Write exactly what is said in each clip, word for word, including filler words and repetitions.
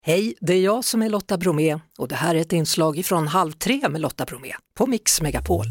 Hej, det är jag som är Lotta Bromé och det här är ett inslag ifrån Halv tre med Lotta Bromé på Mix Megapol.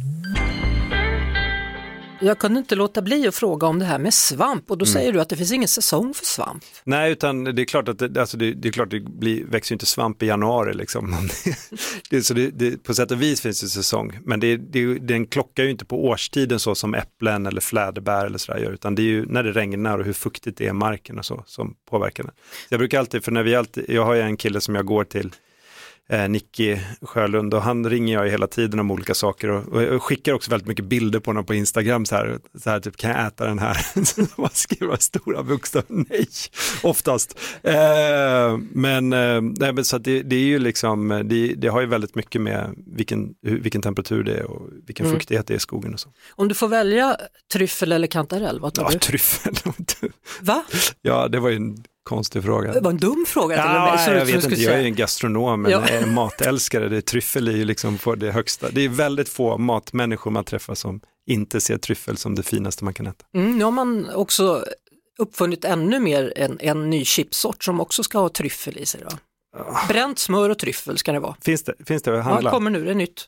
Jag kunde inte låta bli att fråga om det här med svamp och då mm. säger du att det finns ingen säsong för svamp. Nej, utan det är klart att det, alltså det, det är klart det blir, växer ju inte svamp i januari liksom. det, så det, det, på sätt och vis finns det säsong, men det, det, den klockar ju inte på årstiden så som äpplen eller fläderbär eller sådär gör, utan det är ju när det regnar och hur fuktigt det är i marken och så som påverkar det. Så jag brukar alltid, för när vi alltid, jag har ju en kille som jag går till, Eh, Nicky Sjölund, och han ringer jag hela tiden om olika saker och, och jag skickar också väldigt mycket bilder på honom på Instagram så här, så här typ, kan jag äta den här? Så man skriver stora bokstäver, nej, oftast. Eh, men, eh, nej, men så att det, det är ju liksom, det, det har ju väldigt mycket med vilken, vilken temperatur det är och vilken mm. fuktighet det är i skogen och så. Om du får välja tryffel eller kantarell, vad tar ja, du? Ja, tryffel. Va? Ja, det var ju en konstig fråga. Det var en dum fråga. Ja, till jag vet inte, säga. jag är en gastronom, men ja. Jag är en matälskare. Det är tryffel är ju liksom på det högsta. Det är väldigt få matmänniskor man träffar som inte ser tryffel som det finaste man kan äta. Mm, nu har man också uppfunnit ännu mer en, en ny chipsort som också ska ha tryffel i sig då. Oh. Bränt smör och tryffel ska det vara. Finns det, finns det att handla? Ja, kommer nu, det är nytt.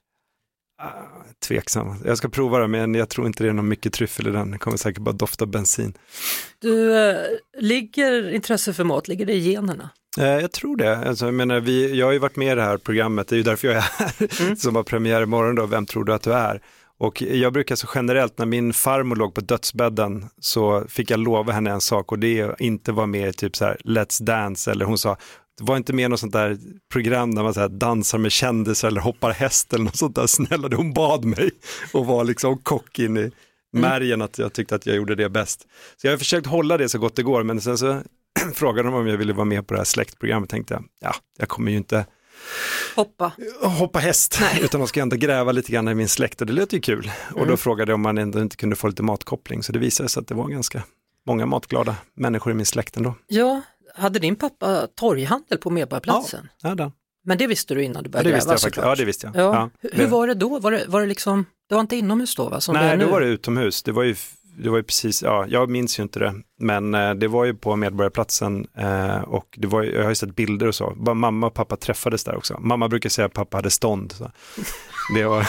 Tveksam. Jag ska prova det, men jag tror inte det är någon mycket tryffel i den. Det kommer säkert bara dofta bensin. Du, äh, ligger intresse för mat, ligger det i generna? Eh, jag tror det. Alltså, jag, menar, vi, jag har ju varit med i det här programmet, det är ju därför jag är här, mm. som har premiär imorgon då, Vem tror du att du är? Och jag brukar så generellt, när min farmor låg på dödsbädden så fick jag lova henne en sak, och det är att inte vara med i typ så här Let's Dance, eller hon sa, det var inte med något sånt där program där man så här dansar med kändisar eller hoppar häst eller något sånt där. Snälla, hon bad mig och var liksom kock in i märgen mm. att jag tyckte att jag gjorde det bäst. Så jag har försökt hålla det så gott det går, men sen så frågade de om jag ville vara med på det här släktprogrammet. Tänkte jag, ja, jag kommer ju inte hoppa, hoppa häst, Nej. utan man ska ändå gräva lite grann i min släkt, och det lät ju kul. Mm. Och då frågade jag om man ändå inte kunde få lite matkoppling, så det visade sig att det var ganska många matglada människor i min släkt ändå. Ja. Hade din pappa torghandel på Medborgarplatsen? Ja, ja då. Men det visste du innan du började ja, det visste gräva, jag faktiskt. Ja, det visste jag. Ja. Ja. Hur, hur var det då? Var det, var det liksom, det var inte inomhus då, va? Som Nej, det är nu? då var det utomhus. Det var ju, det var ju precis, ja, jag minns ju inte det. Men eh, det var ju på Medborgarplatsen eh, och det var, jag har ju sett bilder och så. Bara mamma och pappa träffades där också. Mamma brukar säga att pappa hade stånd. Så det var,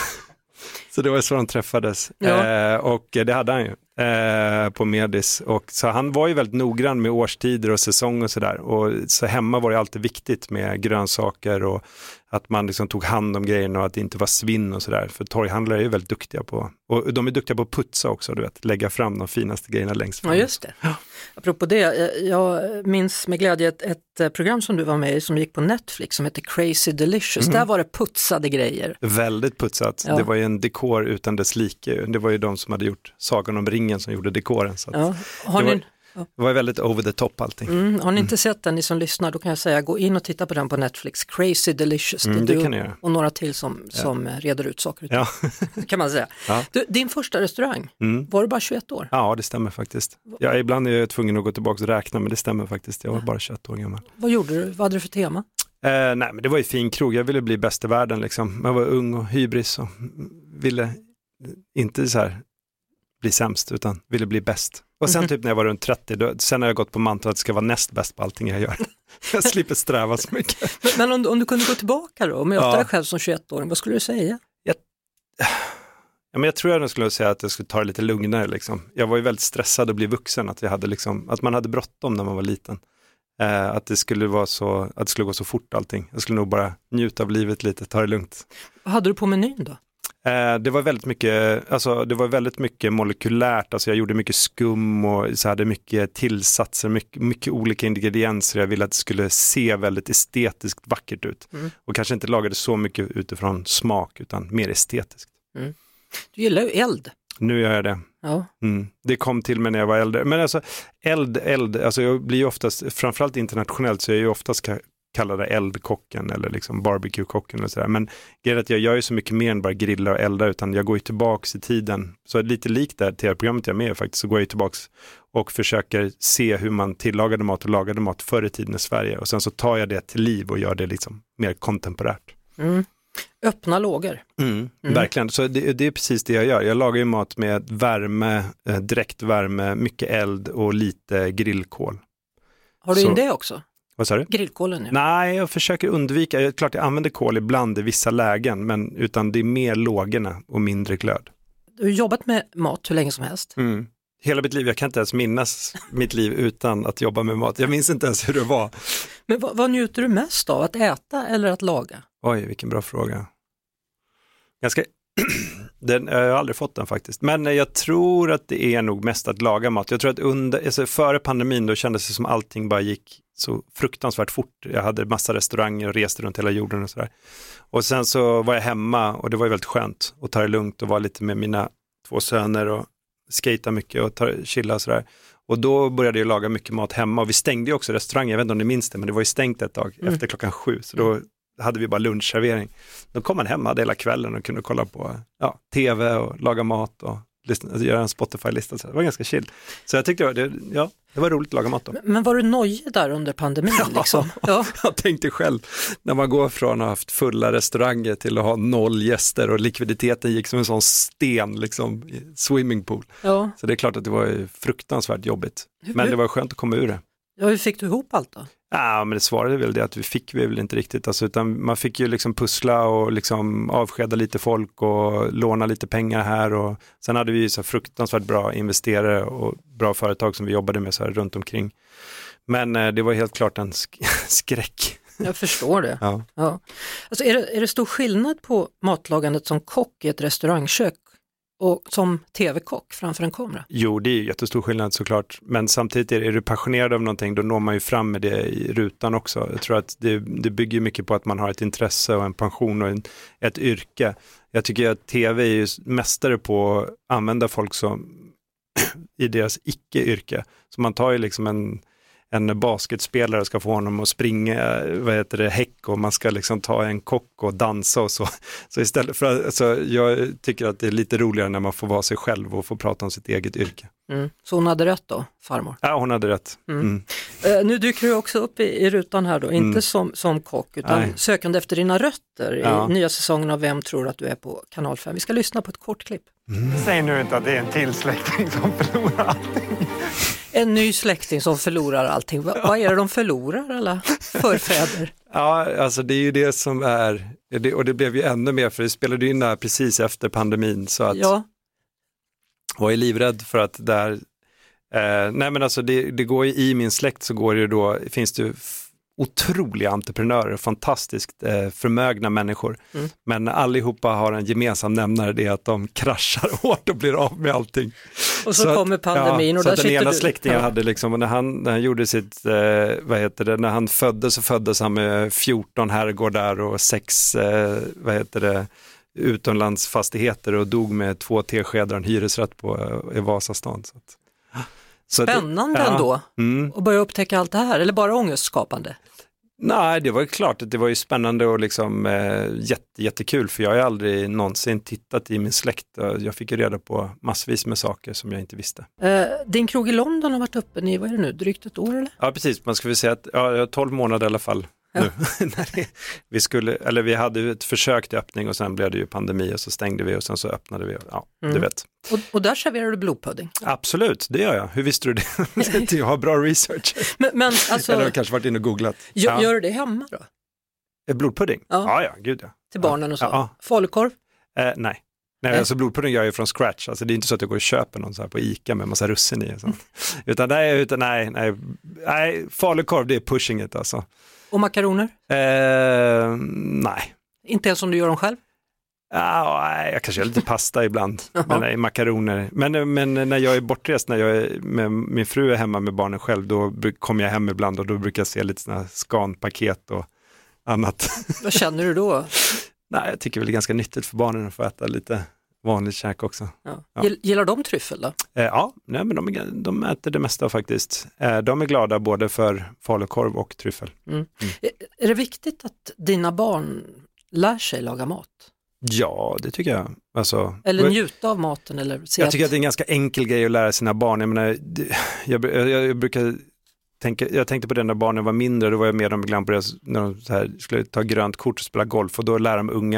så det var så de träffades. Ja. Eh, och det hade han ju. Eh, på Medis, och så han var ju väldigt noggrann med årstider och säsong och sådär, och så hemma var det alltid viktigt med grönsaker och att man liksom tog hand om grejerna och att det inte var svinn och sådär, för torghandlare är ju väldigt duktiga på, och de är duktiga på att putsa också, du vet, lägga fram de finaste grejerna längst fram. Ja, just det. Ja. Apropå det, jag minns med glädje ett, ett program som du var med i som gick på Netflix som heter Crazy Delicious. Mm. Där var det putsade grejer. Väldigt putsat. Ja. Det var ju en dekor utan dess like. Det var ju de som hade gjort Sagan om ringen som gjorde dekoren. Så ja. Har det, ni... var, det var väldigt over the top allting. Mm. Har ni inte mm. sett den, ni som lyssnar, då kan jag säga gå in och titta på den på Netflix. Crazy Delicious. Mm, det det du kan jag göra. Och några till som, ja. som reder ut saker. Ja. kan man säga. Ja. Du, din första restaurang, mm. var du bara tjugoett år? Ja, det stämmer faktiskt. Ja, ibland är jag tvungen att gå tillbaka och räkna, men det stämmer faktiskt. Jag var ja. bara tjugoett år gammal. Vad gjorde du? Vad hade du för tema? Eh, nej, men det var ju fin krog. Jag ville bli bäst i världen liksom. Jag var ung och hybris och ville inte så här bli sämst, utan ville bli bäst. Och sen typ när jag var runt trettio, då, sen har jag gått på mantra att det ska vara näst bäst på allting jag gör. Jag slipper sträva så mycket. Men, men om, om du kunde gå tillbaka då och möta ja. dig själv som tjugoett-åring, vad skulle du säga? Jag, ja, men jag tror jag skulle säga att jag skulle ta det lite lugnare. Liksom. Jag var ju väldigt stressad att bli vuxen, att, jag hade liksom, att man hade bråttom när man var liten. Eh, att, det skulle vara så, att det skulle gå så fort allting. Jag skulle nog bara njuta av livet lite, ta det lugnt. Vad hade du på menyn då? Eh, det var väldigt mycket, alltså det var väldigt mycket molekylärt, alltså jag gjorde mycket skum och så hade mycket tillsatser, mycket, mycket olika ingredienser. Jag ville att det skulle se väldigt estetiskt vackert ut. Mm. Och kanske inte lagade så mycket utifrån smak, utan mer estetiskt. Mm. Du gillar ju eld. Nu gör jag det. Ja. Mm. Det kom till mig när jag var äldre. Men alltså eld, eld, alltså jag blir ju oftast, framförallt internationellt så är jag ju oftast kallar det eldkocken eller liksom barbecue-kocken och sådär. Men grejen är att jag gör ju så mycket mer än bara grilla och elda, utan jag går ju tillbaks i tiden. Så lite likt där till programmet jag är med faktiskt, så går jag tillbaks och försöker se hur man tillagade mat och lagade mat förr i tiden i Sverige. Och sen så tar jag det till liv och gör det liksom mer kontemporärt. Mm. Öppna lågor. Mm, mm. Verkligen, så det, det är precis det jag gör. Jag lagar ju mat med värme, direkt värme, mycket eld och lite grillkol. Har du så, in det också? Vad sa du? Grillkolen, ja. Nej, jag försöker undvika. Jag, klart jag använder kol ibland i vissa lägen, men utan det är mer lågorna och mindre glöd. Du har jobbat med mat hur länge som helst. Mm. Hela mitt liv, jag kan inte ens minnas mitt liv utan att jobba med mat. Jag minns inte ens hur det var. Men vad, vad njuter du mest av? Att äta eller att laga? Oj, vilken bra fråga. Ganska... Den, jag har aldrig fått den faktiskt. Men jag tror att det är nog mest att laga mat. Jag tror att under, alltså före pandemin då kändes det som allting bara gick så fruktansvärt fort. Jag hade massa restauranger och reste runt hela jorden och sådär. Och sen så var jag hemma och det var ju väldigt skönt att ta det lugnt och vara lite med mina två söner och skata mycket och ta, chilla och sådär. Och då började jag laga mycket mat hemma och vi stängde ju också restauranger, jag vet inte om ni minns det, men det var ju stängt ett tag mm. efter klockan sju. Så då hade vi bara lunchservering. Då kom man hem hade hela kvällen och kunde kolla på ja, tv och laga mat och lyssna, alltså göra en Spotify-lista. Så det var ganska chill. Så jag tyckte det, ja, det var roligt att laga mat då. Men, men var du nojig där under pandemin? Liksom? Ja, jag tänkte själv, när man går från att ha haft fulla restauranger till att ha noll gäster och likviditeten gick som en sån sten liksom, i swimmingpool. Ja. Så det är klart att det var fruktansvärt jobbigt. Hur? Men det var skönt att komma ur det. Ja, hur fick du ihop allt då? Ja, men det svarade väl det att vi fick vi väl inte riktigt. Alltså, utan man fick ju liksom pussla och liksom avskeda lite folk och låna lite pengar här. Och sen hade vi så fruktansvärt bra investerare och bra företag som vi jobbade med så här runt omkring. Men eh, det var helt klart en sk- skräck. Jag förstår det. Ja. Ja. Alltså, är det. Är det stor skillnad på matlagandet som kock i ett restaurangkök och som tv-kock framför en kamera? Jo, det är jättestor skillnad såklart. Men samtidigt är, är du passionerad av någonting, då når man ju fram med det i rutan också. Jag tror att det, det bygger mycket på att man har ett intresse och en passion och en, ett yrke. Jag tycker att tv är ju mästare på att använda folk som i deras icke-yrke. Så man tar ju liksom en... en basketspelare ska få honom att springa vad heter det, häck och man ska liksom ta en kock och dansa och så. Så istället för alltså, jag tycker att det är lite roligare när man får vara sig själv och få prata om sitt eget yrke. Mm. Så hon hade rätt då, farmor? Ja, hon hade rätt. Mm. Mm. Uh, nu dyker du också upp i, i rutan här då, inte mm. som, som kock utan Nej. sökande efter dina rötter ja. i nya säsongen av Vem tror att du är på Kanal fem. Vi ska lyssna på ett kort klipp. Mm. Säg nu inte att det är en till släkting som förlorar allting. En ny släkting som förlorar allting. Va, vad är det de förlorar alla förfäder? Ja, alltså det är ju det som är, det, och det blev ju ännu mer för det spelade in där precis efter pandemin så att ja. jag är livrädd för att där, eh, nej men alltså det, det går ju i min släkt så går det då, finns det f- otroliga entreprenörer, fantastiskt eh, förmögna människor. Mm. Men allihopa har en gemensam nämnare, det är att de kraschar hårt och blir av med allting. Och så, så kommer pandemin ja, och så där att den sitter ena du. släktingen ja. hade liksom, när han, när han gjorde sitt, eh, vad heter det, när han föddes så föddes han med fjorton herrgårdar och sex, eh, vad heter det, utomlandsfastigheter och dog med två teskedar och en hyresrätt på eh, i Vasastan. Så att, så Spännande att, ja, ändå mm. att börja upptäcka allt det här, eller bara ångestskapande? Nej, det var ju klart att det var ju spännande och liksom eh, jätte, jättekul för jag har aldrig någonsin tittat i min släkt. Jag fick ju reda på massvis med saker som jag inte visste. Eh, din krog i London har varit öppen i, vad är det nu, drygt ett år eller? Ja, precis. Man ska väl säga att ja, jag har tolv månader i alla fall ja. nu. vi, skulle, eller vi hade ju ett försök till öppning och sen blev det ju pandemi och så stängde vi och sen så öppnade vi. Ja, mm. du vet. Och, och där serverar du blodpudding? Absolut, det gör jag. Hur visste du det? Jag har bra research. Men, men alltså, eller har kanske varit inne och googlat. Gör, ja. gör du det hemma då? Blodpudding? Ja, ja, ja gud ja. Till barnen och så? Ja, ja. Falukorv? Eh, nej. Nej, alltså blodpudding gör jag ju från scratch. Alltså det är inte så att jag går och köper någon så här på Ica med massa russin i. Så. utan nej, utan nej, nej. Nej, falukorv det är pushing it alltså. Och makaroner? Eh, nej. Inte ens som du gör dem själv? Ja, nej, jag kanske gör lite pasta ibland. men nej, makaroner. Men, men när jag är bortrest, när jag är med min fru är hemma med barnen själv, då kommer jag hem ibland och då brukar jag se lite sådana skanpaket och annat. Vad känner du då? Nej, jag tycker väl det är ganska nyttigt för barnen att få äta lite vanligt käk också. Ja. Ja. Gillar de tryffel då? Eh, ja, nej, men de, de äter det mesta faktiskt. Eh, de är glada både för falukorv och tryffel. Mm. Mm. Är, är det viktigt att dina barn lär sig laga mat? Ja, det tycker jag. Alltså, eller njuta av maten? Eller se jag tycker att... att det är en ganska enkel grej att lära sina barn. Jag, menar, jag, jag, jag brukar tänka, jag tänkte på det när barnen var mindre, då var jag med dem ibland på det när de så här, skulle ta grönt kort och spela golf och då lär de ungar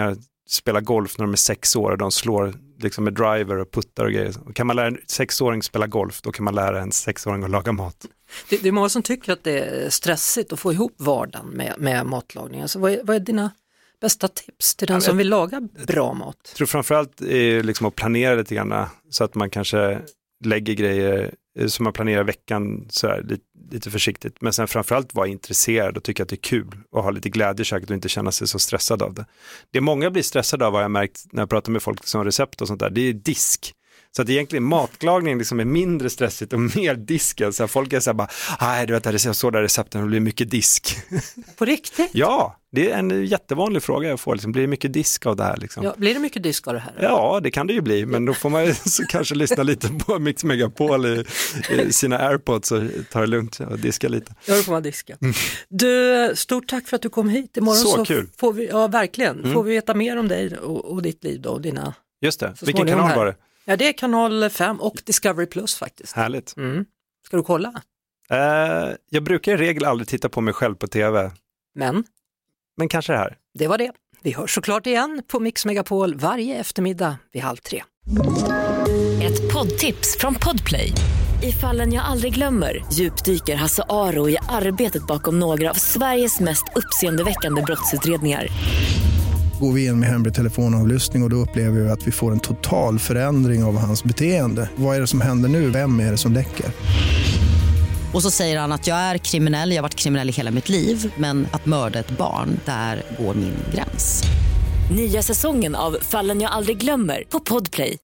spela golf när de är sex år och de slår liksom med driver och puttar och grejer. Och kan man lära en sexåring spela golf, då kan man lära en sexåring att laga mat. Det, det är många som tycker att det är stressigt att få ihop vardagen med, med matlagning. Alltså, vad, är, vad är dina bästa tips till den ja, som vill laga bra mat? Jag tror framförallt är liksom att planera lite grann så att man kanske lägger grejer som man planerar veckan så här, lite, lite försiktigt. Men sen framförallt vara intresserad och tycka att det är kul och ha lite glädje i köket och inte känna sig så stressad av det. Det många blir stressade av, vad jag märkt när jag pratar med folk som recept och sånt där, det är disk. Så att egentligen matlagning liksom är mindre stressigt och mer disken. Så folk är så här bara, nej du vet, det är så där recepten, det blir mycket disk. På riktigt? Ja, det är en jättevanlig fråga jag får. Liksom, blir det mycket disk av det här? Liksom? Ja, blir det mycket disk av det här? Ja, det kan det ju bli. Men då får man ju så kanske lyssna lite på Mix Megapol i, i sina AirPods och ta det lugnt och diska lite. Ja, då får man diska. Mm. Du, stort tack för att du kom hit. Imorgon så, så kul. Får vi, ja verkligen, mm. får vi veta mer om dig och, och ditt liv då, och dina... Just det, vilken kanal här. var det? Ja, det är kanal fem och Discovery Plus faktiskt. Härligt. Mm. Ska du kolla? Uh, jag brukar i regel aldrig titta på mig själv på tv. Men? Men kanske det här. Det var det. Vi hörs såklart igen på Mix Megapol varje eftermiddag vid halv tre. Ett poddtips från Podplay. I Fallen jag aldrig glömmer djupdyker Hasse Aro i arbetet bakom några av Sveriges mest uppseendeväckande brottsutredningar. Går vi in med hemlig telefonavlyssning och, och då upplever vi att vi får en total förändring av hans beteende. Vad är det som händer nu? Vem är det som läcker? Och så säger han att jag är kriminell, jag har varit kriminell i hela mitt liv. Men att mörda ett barn, där går min gräns. Nya säsongen av Fallen jag aldrig glömmer på Podplay.